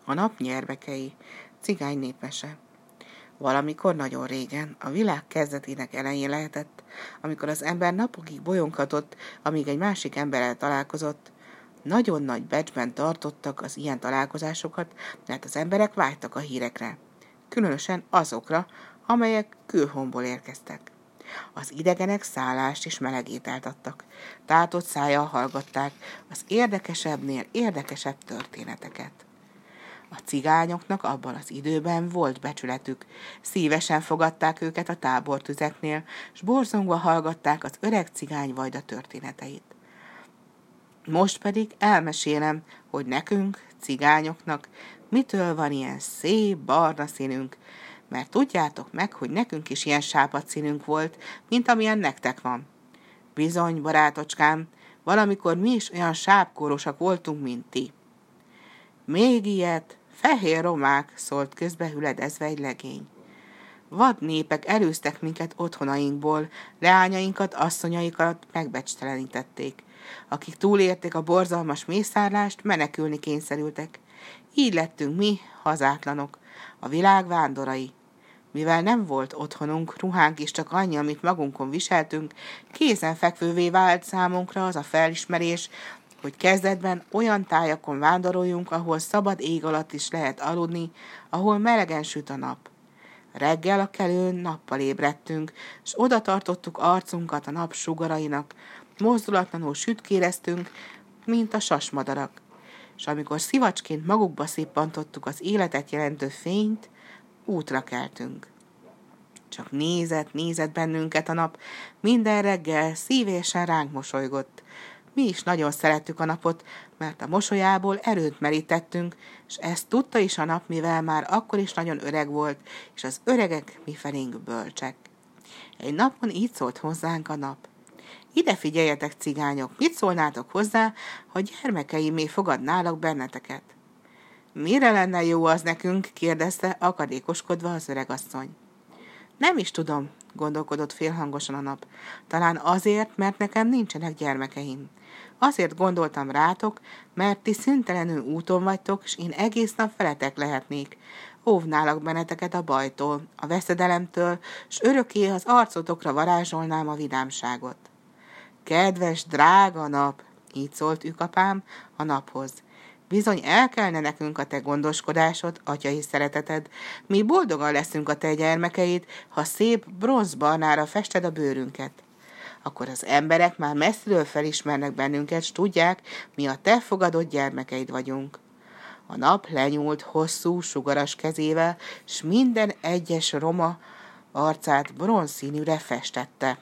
A nap gyermekei. Cigány népmese. Valamikor nagyon régen, a világ kezdetének elején lehetett, amikor az ember napokig bolyonghatott, amíg egy másik emberrel találkozott. Nagyon nagy becsben tartottak az ilyen találkozásokat, mert az emberek vágytak a hírekre. Különösen azokra, amelyek külhomból érkeztek. Az idegenek szállást és melegételt adtak. Tátott szájjal hallgatták az érdekesebbnél érdekesebb történeteket. A cigányoknak abban az időben volt becsületük. Szívesen fogadták őket a tábortüzeknél, s borzongva hallgatták az öreg cigány vajda történeteit. Most pedig elmesélem, hogy nekünk, cigányoknak, mitől van ilyen szép barna színünk, mert tudjátok meg, hogy nekünk is ilyen sápadt színünk volt, mint amilyen nektek van. Bizony, barátocskám, valamikor mi is olyan sápkórosak voltunk, mint ti. Még ilyet, fehér romák, szólt közbe hüledezve egy legény. Vad népek elűztek minket otthonainkból, leányainkat, asszonyaikat megbecstelenítették. Akik túlérték a borzalmas mészárlást, menekülni kényszerültek. Így lettünk mi, hazátlanok, a világ vándorai. Mivel nem volt otthonunk, ruhánk is csak annyi, amit magunkon viseltünk, kézenfekvővé vált számunkra az a felismerés, hogy kezdetben olyan tájakon vándoroljunk, ahol szabad ég alatt is lehet aludni, ahol melegen süt a nap. Reggel a kelőn nappal ébredtünk, s oda tartottuk arcunkat a nap sugarainak, mozdulatlanul sütkéreztünk, mint a sasmadarak. És amikor szivacsként magukba szippantottuk az életet jelentő fényt, útra keltünk. Csak nézett bennünket a nap, minden reggel szívélyesen ránk mosolygott. Mi is nagyon szerettük a napot, mert a mosolyából erőt merítettünk, és ezt tudta is a nap, mivel már akkor is nagyon öreg volt, és az öregek mifelénk bölcsek. Egy napon így szólt hozzánk a nap. Ide figyeljetek, cigányok, mit szólnátok hozzá, ha gyermekeimé fogadnálak benneteket? Mire lenne jó az nekünk? Kérdezte, akadékoskodva az öregasszony. Nem is tudom, gondolkodott félhangosan a nap. Talán azért, mert nekem nincsenek gyermekeim. Azért gondoltam rátok, mert ti szüntelenül úton vagytok, és én egész nap veletek lehetnék. Óvnálak benneteket a bajtól, a veszedelemtől, s örökké az arcotokra varázsolnám a vidámságot. Kedves, drága nap, így szólt ükapám a naphoz. Bizony el kellene nekünk a te gondoskodásod, atyai szereteted. Mi boldogan leszünk a te gyermekeid, ha szép bronzbarnára fested a bőrünket. Akkor az emberek már messziről felismernek bennünket, s tudják, mi a te fogadott gyermekeid vagyunk. A nap lenyúlt hosszú, sugaras kezével, s minden egyes roma arcát bronzszínűre festette.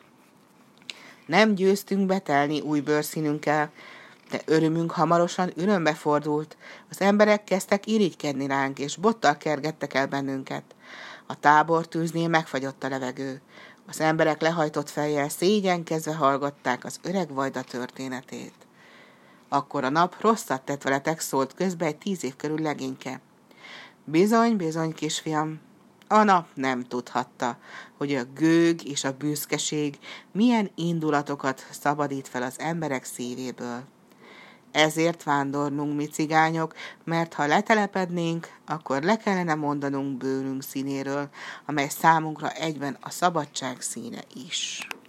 Nem győztünk betelni új bőrszínünkkel, de örömünk hamarosan örömbe fordult. Az emberek kezdtek irigykedni ránk, és bottal kergettek el bennünket. A tábortűznél megfagyott a levegő. Az emberek lehajtott fejjel szégyenkezve hallgatták az öreg vajda történetét. Akkor a nap rosszat tett veletek, szólt közbe egy 10 év körül legényke. Bizony, kisfiam, a nap nem tudhatta, hogy a gőg és a büszkeség milyen indulatokat szabadít fel az emberek szívéből. Ezért vándorlunk mi cigányok, mert ha letelepednénk, akkor le kellene mondanunk bőrünk színéről, amely számunkra egyben a szabadság színe is.